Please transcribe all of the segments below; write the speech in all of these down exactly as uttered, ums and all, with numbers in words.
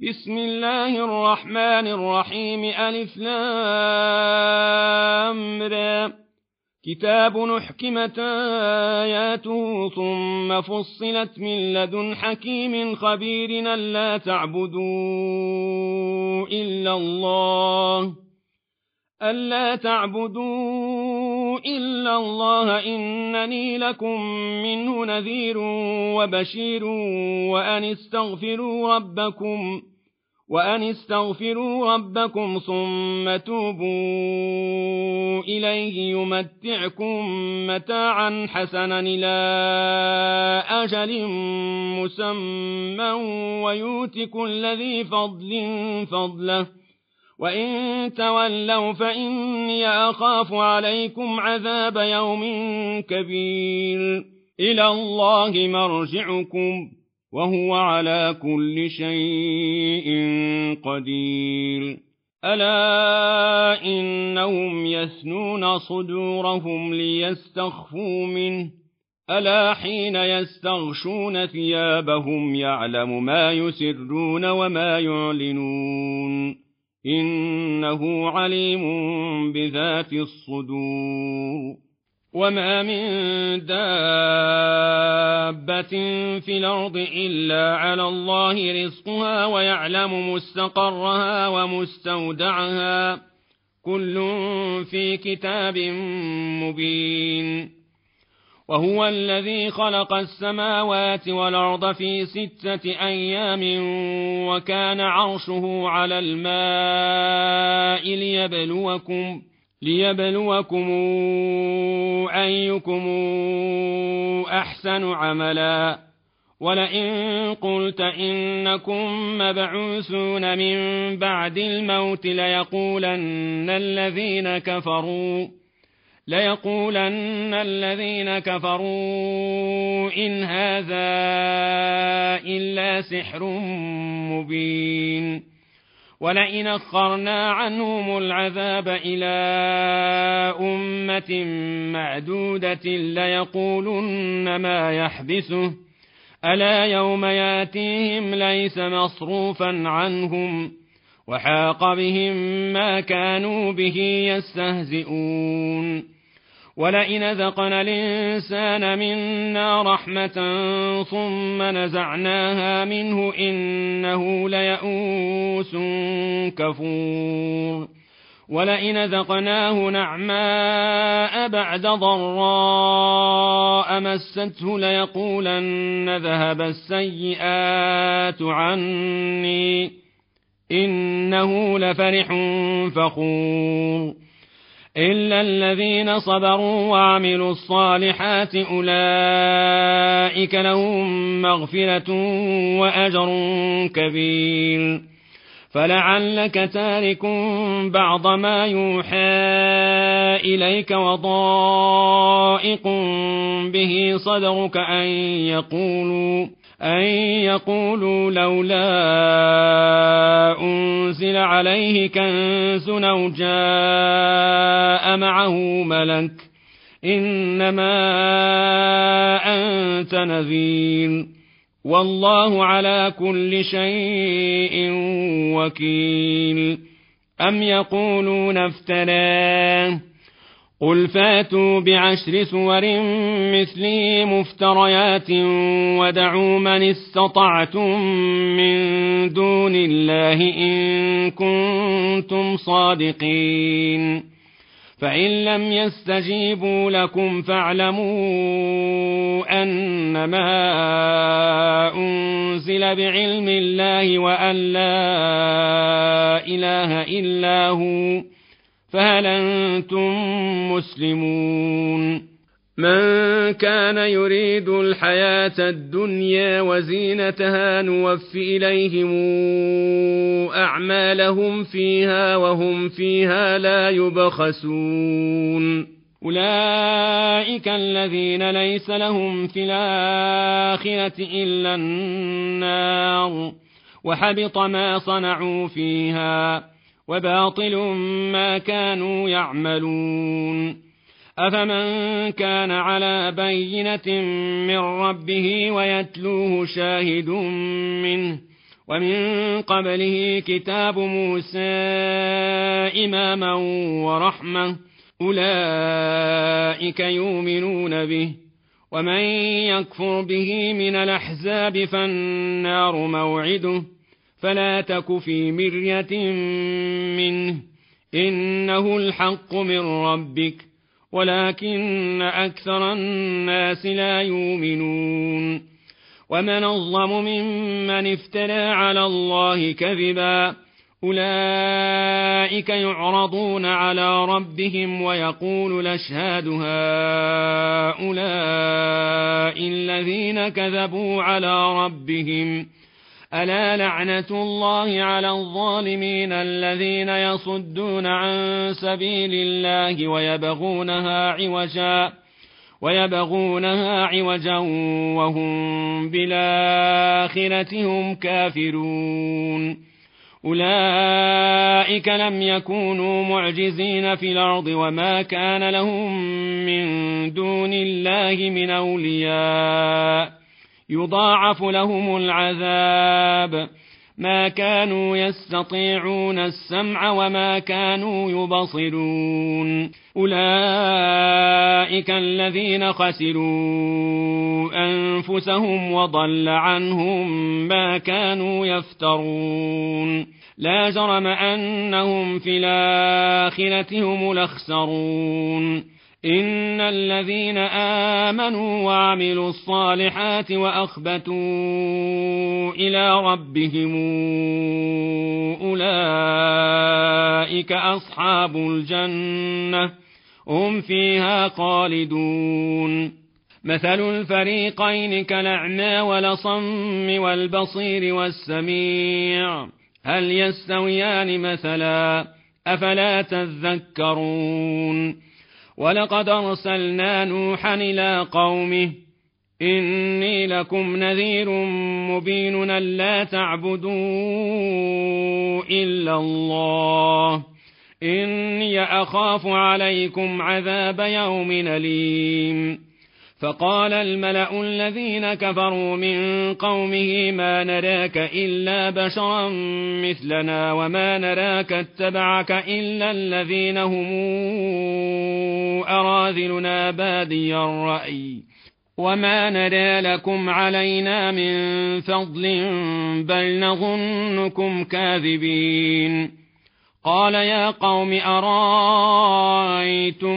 بسم الله الرحمن الرحيم ألف لام را كتاب أحكمت آياته ثم فصلت من لدن حكيم خبير ألا تعبدوا إلا الله ألا تعبدوا إلا الله إنني لكم منه نذير وبشير وأن استغفروا ربكم وأن استغفروا ربكم ثم توبوا إليه يمتعكم متاعا حسنا إلى أجل مسمى ويؤت كل ذي فضل فضله وإن تولوا فإني أخاف عليكم عذاب يوم كبير إلى الله مرجعكم وهو على كل شيء قدير ألا إنهم يثنون صدورهم ليستخفوا منه ألا حين يستغشون ثيابهم يعلم ما يسرون وما يعلنون إنه عليم بذات الصدور وما من دابة في الأرض إلا على الله رزقها ويعلم مستقرها ومستودعها كل في كتاب مبين وهو الذي خلق السماوات والأرض في ستة أيام وكان عرشه على الماء ليبلوكم ليبلوكم أيكم أحسن عملا ولئن قلت إنكم مبعوثون من بعد الموت ليقولن الذين كفروا ليقولن الذين كفروا إن هذا إلا سحر مبين ولئن أخرنا عنهم العذاب إلى أمة معدودة ليقولن ما يحبسه ألا يوم ياتيهم ليس مصروفا عنهم وحاق بهم ما كانوا به يستهزئون ولئن ذقنا الإنسان منا رحمة ثم نزعناها منه إنه ليئوس كفور ولئن ذقناه نعماء بعد ضراء مسته ليقولن ذهب السيئات عني إنه لفرح فخور إلا الذين صبروا وعملوا الصالحات أولئك لهم مغفرة وأجر كبير فلعلك تارك بعض ما يوحى إليك وضائق به صدرك أن يقولوا أن يقولوا لولا أنزل عليه كنز أو جاء معه ملك إنما أنت نذير والله على كل شيء وكيل أم يقولون افتراه قل فاتوا بعشر سور مثله مفتريات ودعوا من استطعتم من دون الله إن كنتم صادقين فإن لم يستجيبوا لكم فاعلموا أنما أنزل بعلم الله وأن لا إله إلا هو فهل أنتم مسلمون من كان يريد الحياة الدنيا وزينتها نوف إليهم أعمالهم فيها وهم فيها لا يبخسون أولئك الذين ليس لهم في الآخرة إلا النار وحبط ما صنعوا فيها وباطل ما كانوا يعملون أفمن كان على بينة من ربه ويتلوه شاهد منه ومن قبله كتاب موسى إماما ورحمة أولئك يؤمنون به ومن يكفر به من الأحزاب فالنار موعده فلا تك في مرية منه إنه الحق من ربك ولكن أكثر الناس لا يؤمنون ومن أظلم ممن افترى على الله كذبا أولئك يعرضون على ربهم ويقول الأشهاد هؤلاء الذين كذبوا على ربهم ألا لعنة الله على الظالمين الذين يصدون عن سبيل الله ويبغونها عوجا ويبغونها عوجا وهم بالآخرة هم كافرون أولئك لم يكونوا معجزين في الأرض وما كان لهم من دون الله من أولياء يضاعف لهم العذاب ما كانوا يستطيعون السمع وما كانوا يبصرون أولئك الذين خسروا أنفسهم وضل عنهم ما كانوا يفترون لا جرم أنهم في الآخرة هم الأخسرون إن الذين آمنوا وعملوا الصالحات وأخبتوا إلى ربهم أولئك أصحاب الجنة هم فيها خالدون مثل الفريقين كالأعمى والأصم والبصير والسميع هل يستويان مثلا أفلا تذكرون ولقد أرسلنا نوحا إلى قومه إني لكم نذير مبين ألا تعبدوا إلا الله إني أخاف عليكم عذاب يوم أليم فقال الملأ الذين كفروا من قومه ما نراك إلا بشرا مثلنا وما نراك اتبعك إلا الذين هم أراذلنا بادي الرأي وما نرى لكم علينا من فضل بل نظنكم كاذبين قال يا قوم أرأيتم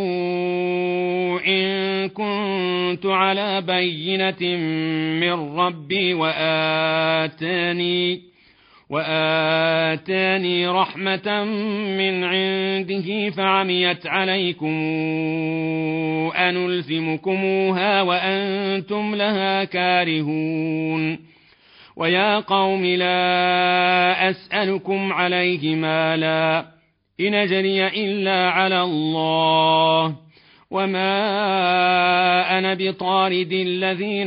إن كنت على بينة من ربي وآتاني وآتاني رحمة من عنده فعميت عليكم أنلزمكموها وأنتم لها كارهون ويا قوم لا أسألكم عليه مالا إن أجري إلا على الله وما أنا بطارد الذين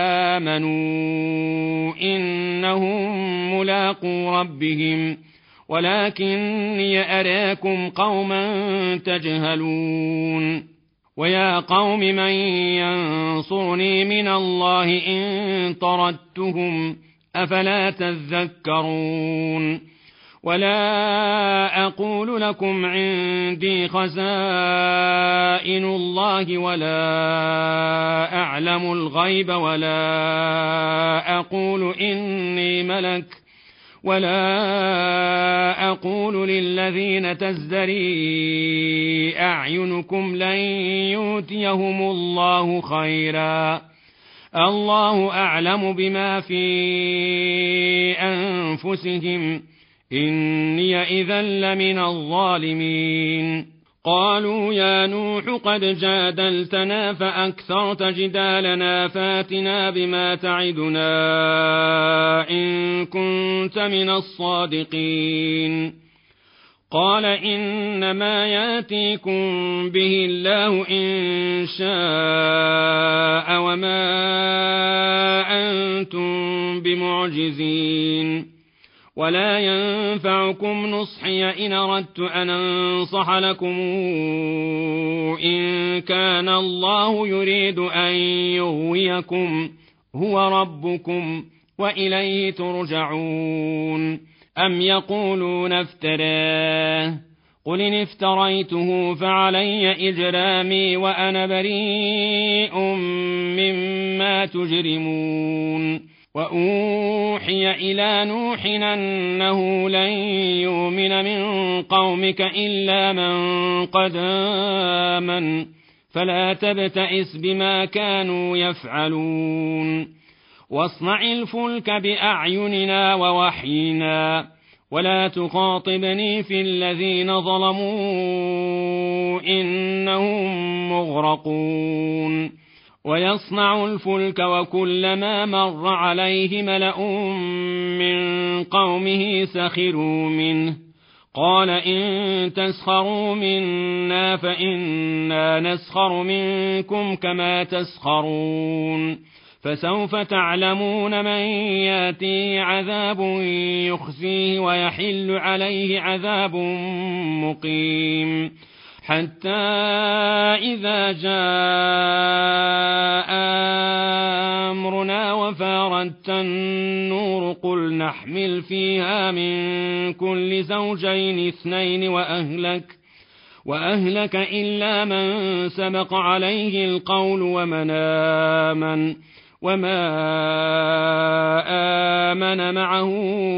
آمنوا إنهم ملاقو ربهم ولكني أراكم قوما تجهلون ويا قوم من ينصرني من الله إن طردتهم أفلا تذكرون ولا أقول لكم عندي خزائن الله ولا أعلم الغيب ولا أقول إني ملك ولا أقول للذين تزدري أعينكم لن يؤتيهم الله خيرا الله أعلم بما في أنفسهم إني إذا لمن الظالمين قالوا يا نوح قد جادلتنا فأكثرت جدالنا فاتنا بما تعدنا إن كنت من الصادقين قال إنما ياتيكم به الله إن شاء وما أنتم بمعجزين ولا ينفعكم نصحي إن أردت أن أنصح لكم إن كان الله يريد أن يغويكم هو ربكم وإليه ترجعون. أم يقولون افتراه قل إن افتريته فعلي إجرامي وأنا بريء مما تجرمون. وأوحي إلى نوح أنه لن يؤمن من قومك إلا من قد آمن فلا تبتئس بما كانوا يفعلون. واصنع الفلك بأعيننا ووحينا ولا تخاطبني في الذين ظلموا إنهم مغرقون. ويصنع الفلك وكلما مر عليه ملأ من قومه سخروا منه قال إن تسخروا منا فإنا نسخر منكم كما تسخرون. فسوف تعلمون من ياتيه عذاب يخزيه ويحل عليه عذاب مقيم. حتى إذا جاء أمرنا وفارت النور قل نحمل فيها من كل زوجين اثنين وأهلك, وأهلك إلا من سبق عليه القول ومن آمن وما آمن معه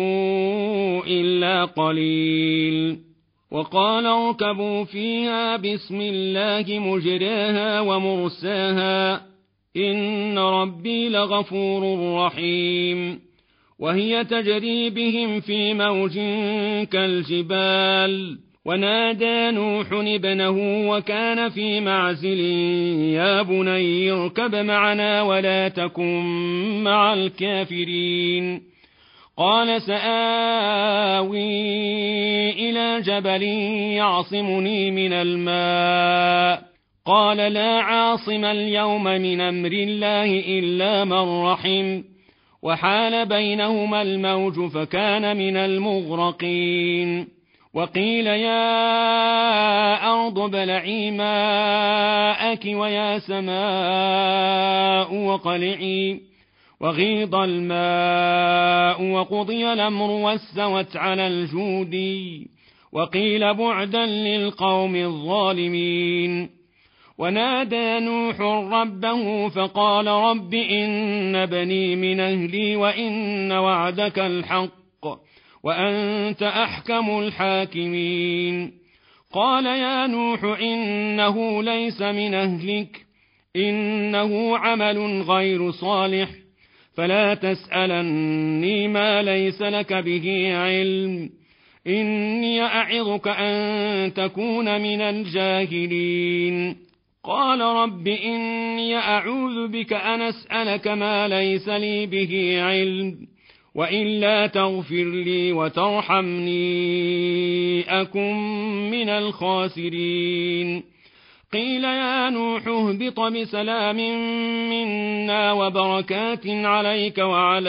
إلا قليل. وقال اركبوا فيها بسم الله مجراها ومرساها إن ربي لغفور رحيم. وهي تجري بهم في موج كالجبال ونادى نوح ابنه وكان في معزل يا بني اركب معنا ولا تكن مع الكافرين. قال سآوي إلى جبل يعصمني من الماء قال لا عاصم اليوم من أمر الله إلا من رحم وحال بينهما الموج فكان من المغرقين. وقيل يا أرض ابلعي ماءك ويا سماء وقلعي وغيض الماء وقضي الأمر واستوت على الجودي وقيل بعدا للقوم الظالمين. ونادى نوح ربه فقال رب إن بني من أهلي وإن وعدك الحق وأنت أحكم الحاكمين. قال يا نوح إنه ليس من أهلك إنه عمل غير صالح فلا تسألني ما ليس لك به علم إني أعظك أن تكون من الجاهلين. قال رب إني أعوذ بك أن أسألك ما ليس لي به علم وإلا تغفر لي وترحمني أكن من الخاسرين. قيل يا نوح اهبط بسلام منا وبركات عليك وعلى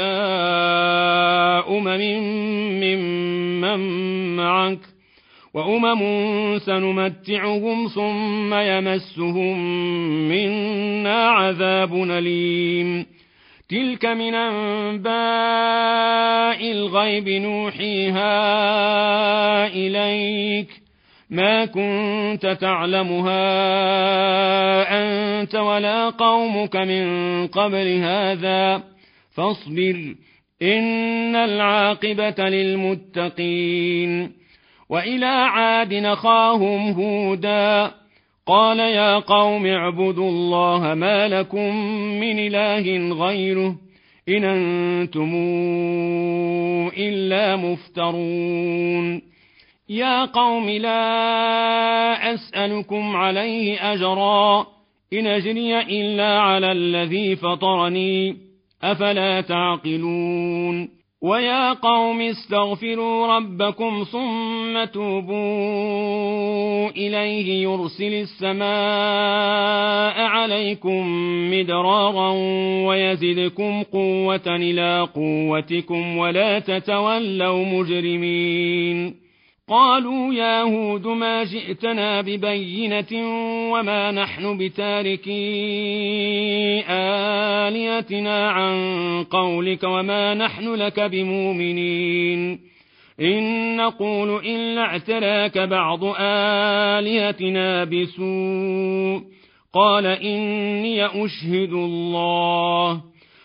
أمم ممن معك وأمم سنمتعهم ثم يمسهم منا عذاب أليم. تلك من أنباء الغيب نوحيها إليك ما كنت تعلمها أنت ولا قومك من قبل هذا فاصبر إن العاقبة للمتقين. وإلى عاد أخاهم هودا قال يا قوم اعبدوا الله ما لكم من إله غيره إن أنتم إلا مفترون. يا قوم لا أسألكم عليه أجرا إن أجري إلا على الذي فطرني أفلا تعقلون. ويا قوم استغفروا ربكم ثم توبوا إليه يرسل السماء عليكم مدرارا ويزدكم قوة إلى قوتكم ولا تتولوا مجرمين. قالوا يا هود ما جئتنا ببينة وما نحن بتاركي آلهتنا عن قولك وما نحن لك بمؤمنين إن نقول إلا اعتراك بعض آلهتنا بسوء قال إني أشهد الله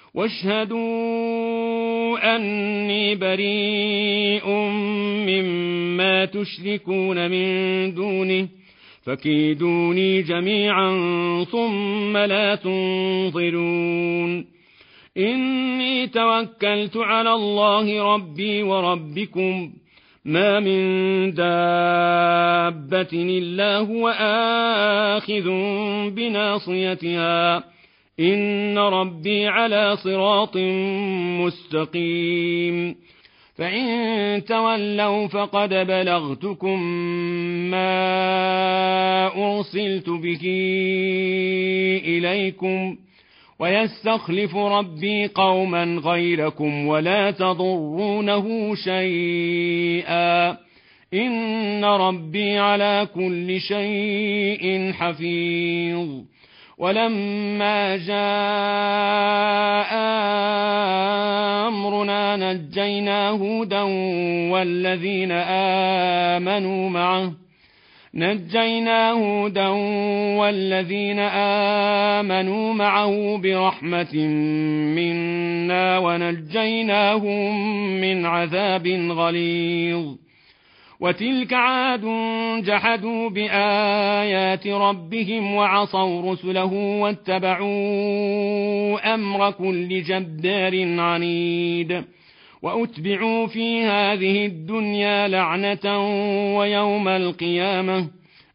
واشهدوا أني بريء مما تشركون من دونه فكيدوني جميعا ثم لا تنظرون إني توكلت على الله ربي وربكم ما من دابة إلا هو آخذ بناصيتها إن ربي على صراط مستقيم فإن تولوا فقد بلغتكم ما أرسلت به إليكم ويستخلف ربي قوما غيركم ولا تضرونه شيئا إن ربي على كل شيء حفيظ ولما جاء أمرنا نجينا هودا والذين آمنوا معه نجينا هودا والذين آمنوا معه برحمة منا ونجيناهم من عذاب غليظ وتلك عاد جحدوا بآيات ربهم وعصوا رسله واتبعوا أمر كل جبار عنيد وأتبعوا في هذه الدنيا لعنة ويوم القيامة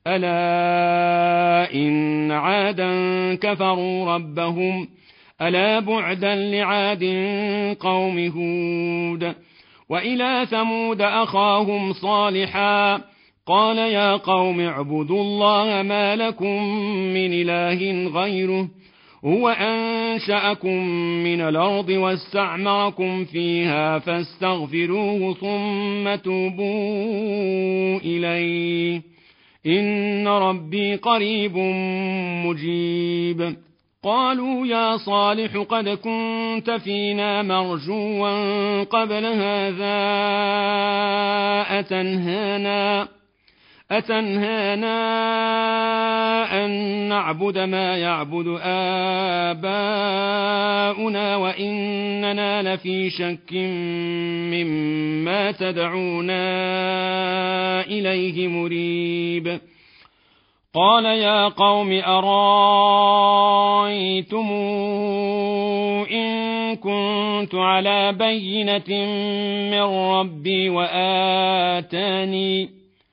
ألا إن عادا كفروا ربهم ألا بعدا لعاد قوم هود وإلى ثمود أخاهم صالحا قال يا قوم اعبدوا الله ما لكم من إله غيره هو أنشأكم من الأرض واستعمركم فيها فاستغفروه ثم توبوا إليه إن ربي قريب مجيب قالوا يا صالح قد كنت فينا مرجوا قبل هذا أتنهانا أتنهانا أن نعبد ما يعبد آباؤنا وإننا لفي شك مما تدعونا إليه مريب قال يا قوم أرأيتم إن كنت على بينة من ربي وآتاني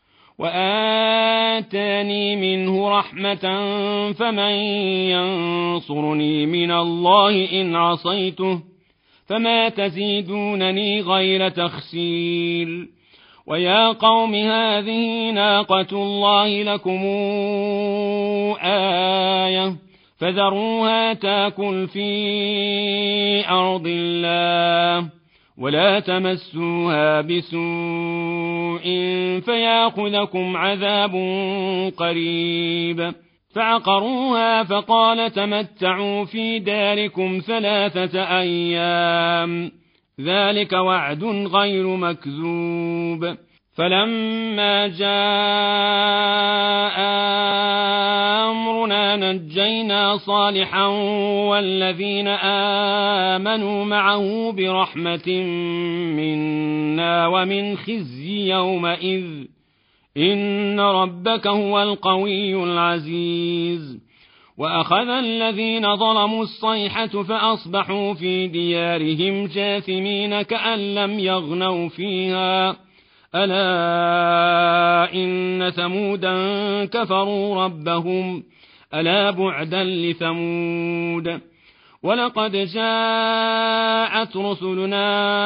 وآتاني منه رحمة فمن ينصرني من الله إن عصيته فما تزيدونني غير تخسير ويا قوم هذه ناقة الله لكم آية فذروها تاكل في أرض الله ولا تمسوها بسوء فياخذكم عذاب قريب فعقروها فقال تمتعوا في داركم ثلاثة أيام ذلك وعد غير مكذوب فلما جاء أمرنا نجينا صالحا والذين آمنوا معه برحمة منا ومن خزي يومئذ إن ربك هو القوي العزيز وأخذ الذين ظلموا الصيحة فأصبحوا في ديارهم جاثمين كأن لم يغنوا فيها ألا إن ثمودا كفروا ربهم ألا بعدا لثمود ولقد جاءت رسلنا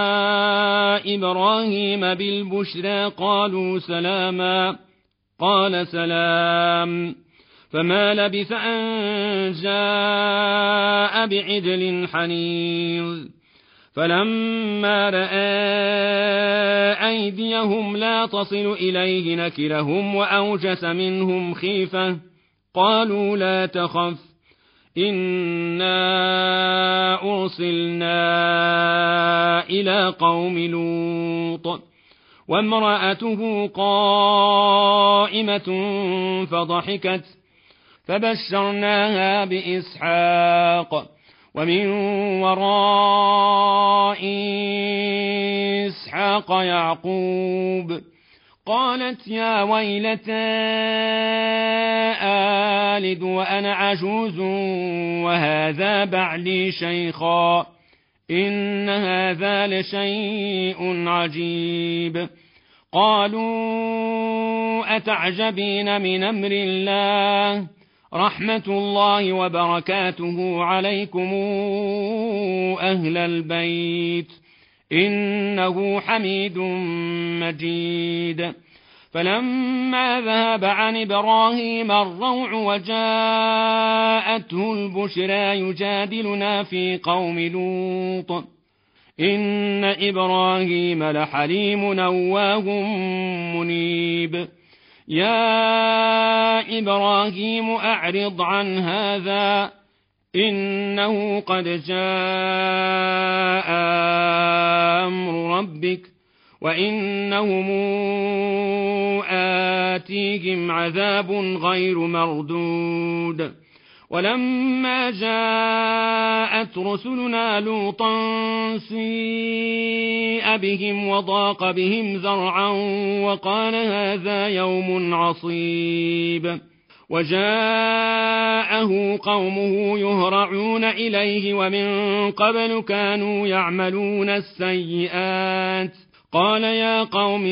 إبراهيم بالبشرى قالوا سلاما قال سلام فما لبث أن جاء بعجل حنيظ فلما رأى أيديهم لا تصل إليه نكرهم وأوجس منهم خيفة قالوا لا تخف إنا أرسلنا إلى قوم لوط وامرأته قائمة فضحكت فبشرناها بإسحاق ومن وراء إسحاق يعقوب قالت يا ويلتى آلد وأنا عجوز وهذا بعلي شيخا إن هذا لشيء عجيب قالوا أتعجبين من أمر الله رحمة الله وبركاته عليكم أهل البيت إنه حميد مجيد فلما ذهب عن إبراهيم الروع وجاءته البشرى يجادلنا في قوم لوط إن إبراهيم لحليم أواه منيب يا إبراهيم أعرض عن هذا إنه قد جاء أمر ربك وإنهم آتيهم عذاب غير مردود ولما جاءت رسلنا لوطا سيء بهم وضاق بهم ذرعا وقال هذا يوم عصيب وجاءه قومه يهرعون إليه ومن قبل كانوا يعملون السيئات قال يا قوم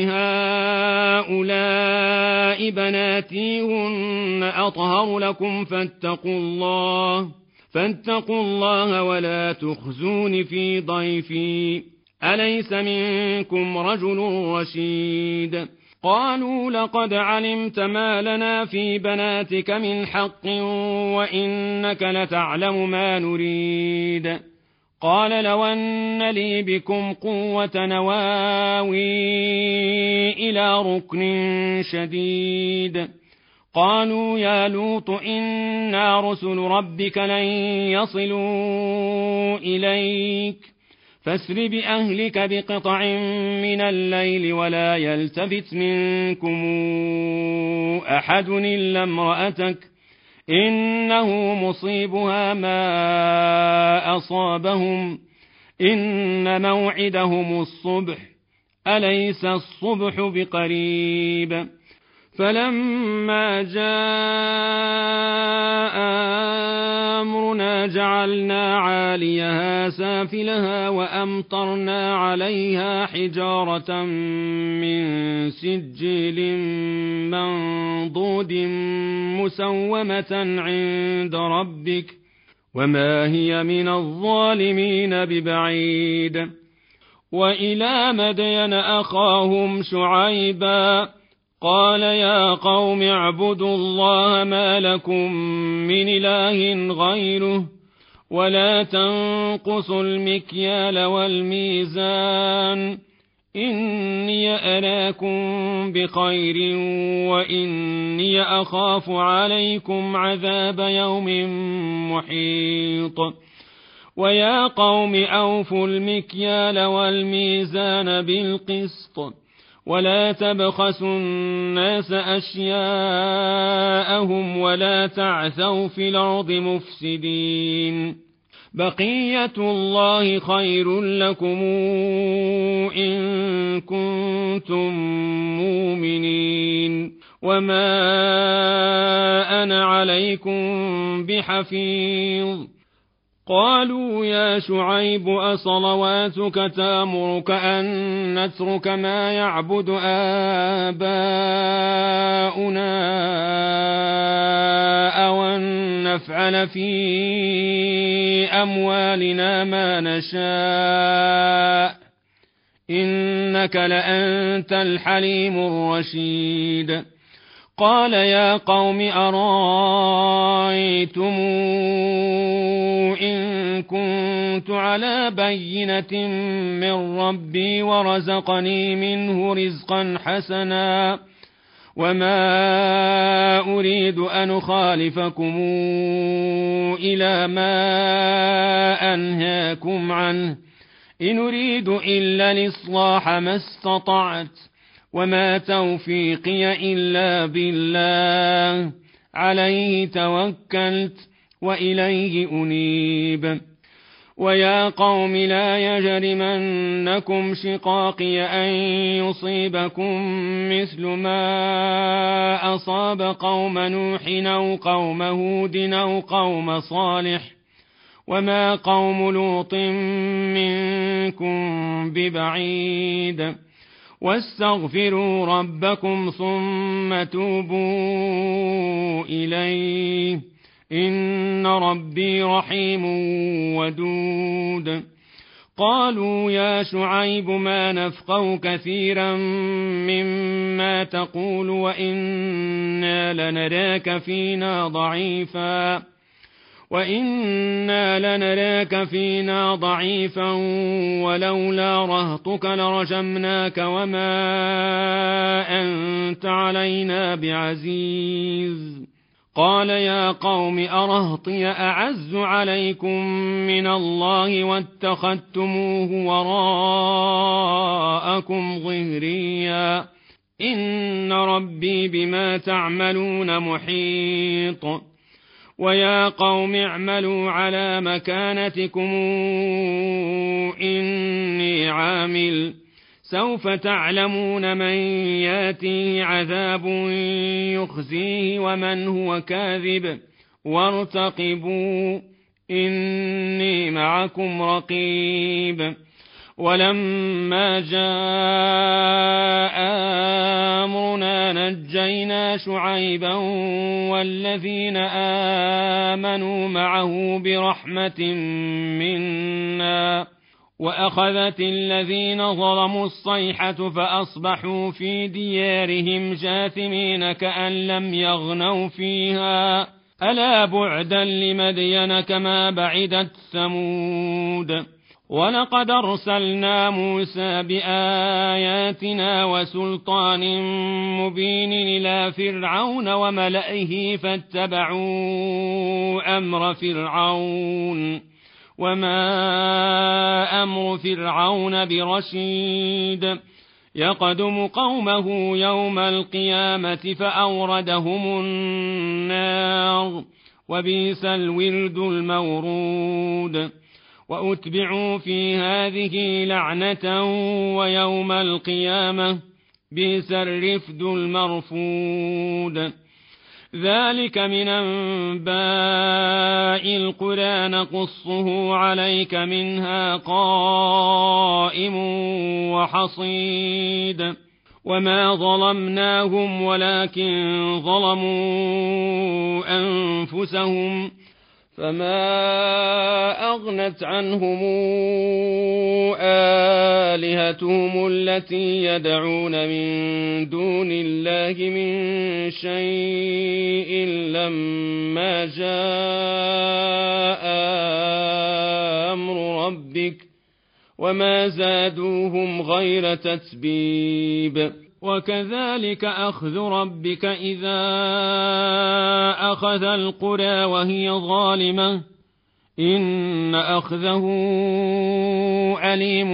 هؤلاء بناتي هن أطهر لكم فاتقوا الله فاتقوا الله ولا تخزون في ضيفي أليس منكم رجل رشيد قالوا لقد علمت ما لنا في بناتك من حق وإنك لتعلم ما نريد قال لو أن لي بكم قوة نواوي إلى ركن شديد قالوا يا لوط إنا رسل ربك لن يصلوا إليك فاسر بأهلك بقطع من الليل ولا يلتفت منكم أحد إلا امرأتك إنه مصيبها ما أصابهم إن موعدهم الصبح أليس الصبح بقريب فلما جاء أمرنا جعلنا عاليها سافلها وأمطرنا عليها حجارة من سجيل منضود مسومة عند ربك وما هي من الظالمين ببعيد وإلى مدين أخاهم شعيبا قال يا قوم اعبدوا الله ما لكم من إله غيره ولا تنقصوا المكيال والميزان إني أراكم بخير وإني أخاف عليكم عذاب يوم محيط ويا قوم أوفوا المكيال والميزان بالقسط ولا تبخسوا الناس أشياءهم ولا تعثوا في الأرض مفسدين بقية الله خير لكم إن كنتم مؤمنين وما أنا عليكم بحفيظ قالوا يا شعيب أصلواتك تأمرك أن نترك ما يعبد آباؤنا أو أن نفعل في أموالنا ما نشاء إنك لأنت الحليم الرشيد قال يا قوم أرأيتم إن كنت على بينة من ربي ورزقني منه رزقا حسنا وما أريد أن أخالفكم إلى ما أنهاكم عنه إن أريد إلا الإصلاح ما استطعت وما توفيقي إلا بالله عليه توكلت وإليه أنيب ويا قوم لا يجرمنكم شقاقي أن يصيبكم مثل ما أصاب قوم نوح أو قوم هود أو قوم صالح وما قوم لوط منكم ببعيد واستغفروا ربكم ثم توبوا إليه إن ربي رحيم ودود قالوا يا شعيب ما نفقه كثيرا مما تقول وإنا لنراك فينا ضعيفا وإنا لنراك فينا ضعيفا ولولا رهطك لرجمناك وما أنت علينا بعزيز قال يا قوم أرهطي أعز عليكم من الله واتخذتموه وراءكم ظهريا إن ربي بما تعملون محيط ويا قوم اعملوا على مكانتكم إني عامل سوف تعلمون من ياتيه عذاب يخزيه ومن هو كاذب وارتقبوا إني معكم رقيب ولما جاء أمرنا نجينا شعيبا والذين آمنوا معه برحمة منا وأخذت الذين ظلموا الصيحة فأصبحوا في ديارهم جاثمين كأن لم يغنوا فيها ألا بعدا لمدين كما بعدت ثمود ولقد أرسلنا موسى بآياتنا وسلطان مبين إلى فرعون وملئه فاتبعوا أمر فرعون وما أمر فرعون برشيد يقدم قومه يوم القيامة فأوردهم النار وبئس الورد المورود وأتبعوا في هذه لعنة ويوم القيامة بئس الرفد المرفود ذلك من أنباء القرى نقصه عليك منها قائم وحصيد وما ظلمناهم ولكن ظلموا أنفسهم فما أغنت عنهم آلهتهم التي يدعون من دون الله من شيء لما جاء أمر ربك وما زادوهم غير تتبيب وكذلك أخذ ربك إذا أخذ القرى وهي ظالمة إن أخذه أليم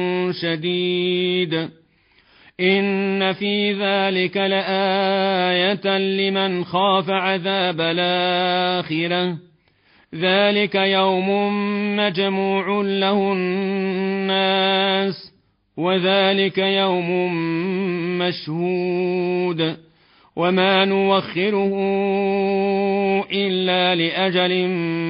شديد إن في ذلك لآية لمن خاف عذاب الآخرة ذلك يوم مجموع له الناس وذلك يوم مشهود وما نوخره إلا لأجل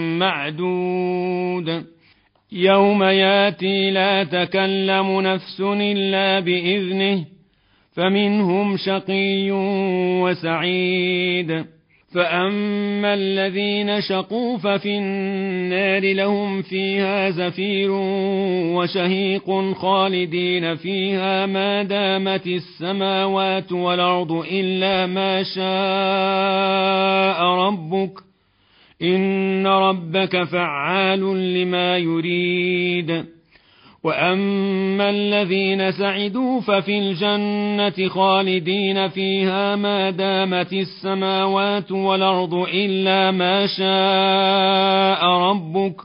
معدود يوم ياتي لا تكلم نفس إلا بإذنه فمنهم شقي وسعيد فأما الذين شقوا ففي النار لهم فيها زفير وشهيق خالدين فيها ما دامت السماوات والأرض إلا ما شاء ربك إن ربك فعال لما يريد. وأما الذين سعدوا ففي الجنة خالدين فيها ما دامت السماوات والأرض إلا ما شاء ربك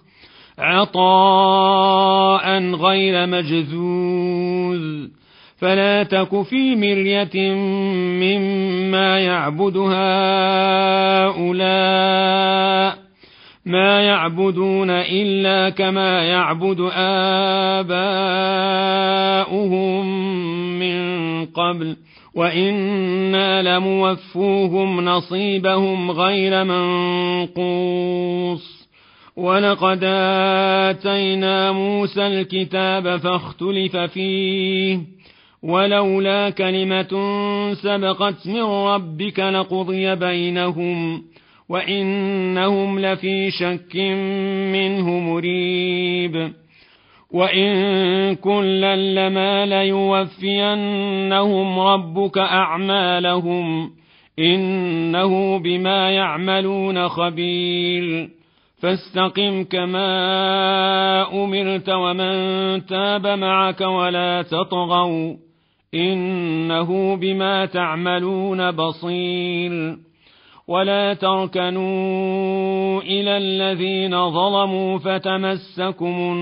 عطاء غير مجذوذ. فلا تك في مرية مما يعبد هؤلاء، ما يعبدون إلا كما يعبد آباؤهم من قبل، وإنا لموفوهم نصيبهم غير منقوص. ولقد آتينا موسى الكتاب فاختلف فيه، ولولا كلمة سبقت من ربك لقضي بينهم، وإنهم لفي شك منه مريب. وإن كلا لما ليوفينهم ربك أعمالهم، إنه بما يعملون خبير. فاستقم كما أمرت ومن تاب معك ولا تطغوا، إنه بما تعملون بصير. ولا تركنوا إلى الذين ظلموا فتمسكم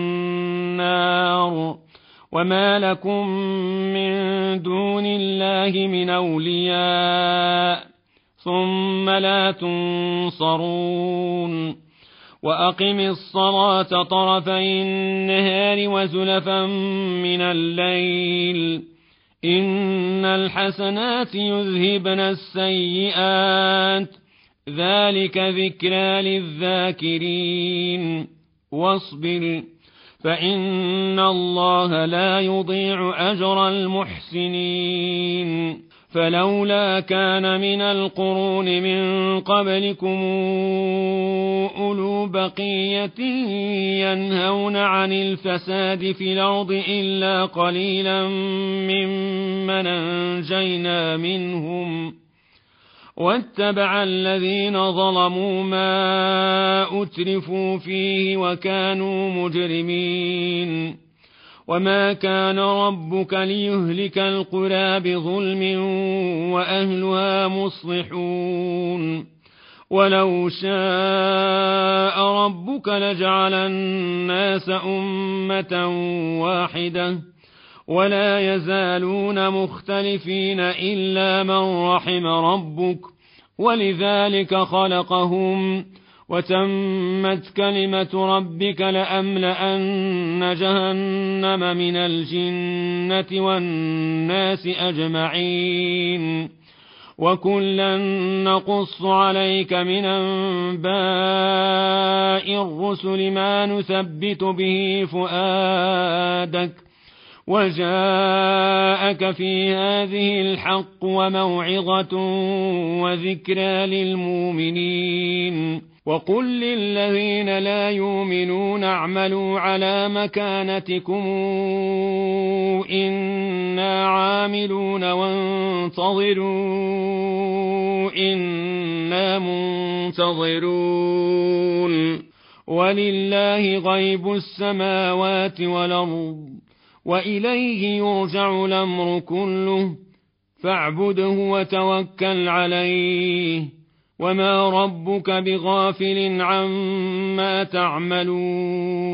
النار وما لكم من دون الله من أولياء ثم لا تنصرون. وأقم الصلاة طرفي النهار وزلفا من الليل، إن الحسنات يذهبن السيئات، ذلك ذكرى للذاكرين. واصبر فإن الله لا يضيع أجر المحسنين. فلولا كان من القرون من قبلكم أولو بقية ينهون عن الفساد في الأرض إلا قليلا ممن أنجينا منهم، واتبع الذين ظلموا ما أترفوا فيه وكانوا مجرمين. وما كان ربك ليهلك القرى بظلم وأهلها مصلحون. ولو شاء ربك لجعل الناس أمة واحدة ولا يزالون مختلفين إلا من رحم ربك، ولذلك خلقهم. وتمت كلمة ربك لأملأن جهنم من الجنة والناس أجمعين. وكلا نقص عليك من أنباء الرسل ما نثبت به فؤادك، وجاءك في هذه الحق وموعظة وذكرى للمؤمنين. وقل للذين لا يؤمنون اعملوا على مكانتكم إنا عاملون وانتظروا إنا منتظرون. ولله غيب السماوات والأرض وإليه يرجع الأمر كله، فاعبده وتوكل عليه، وما ربك بغافل عما تعملون.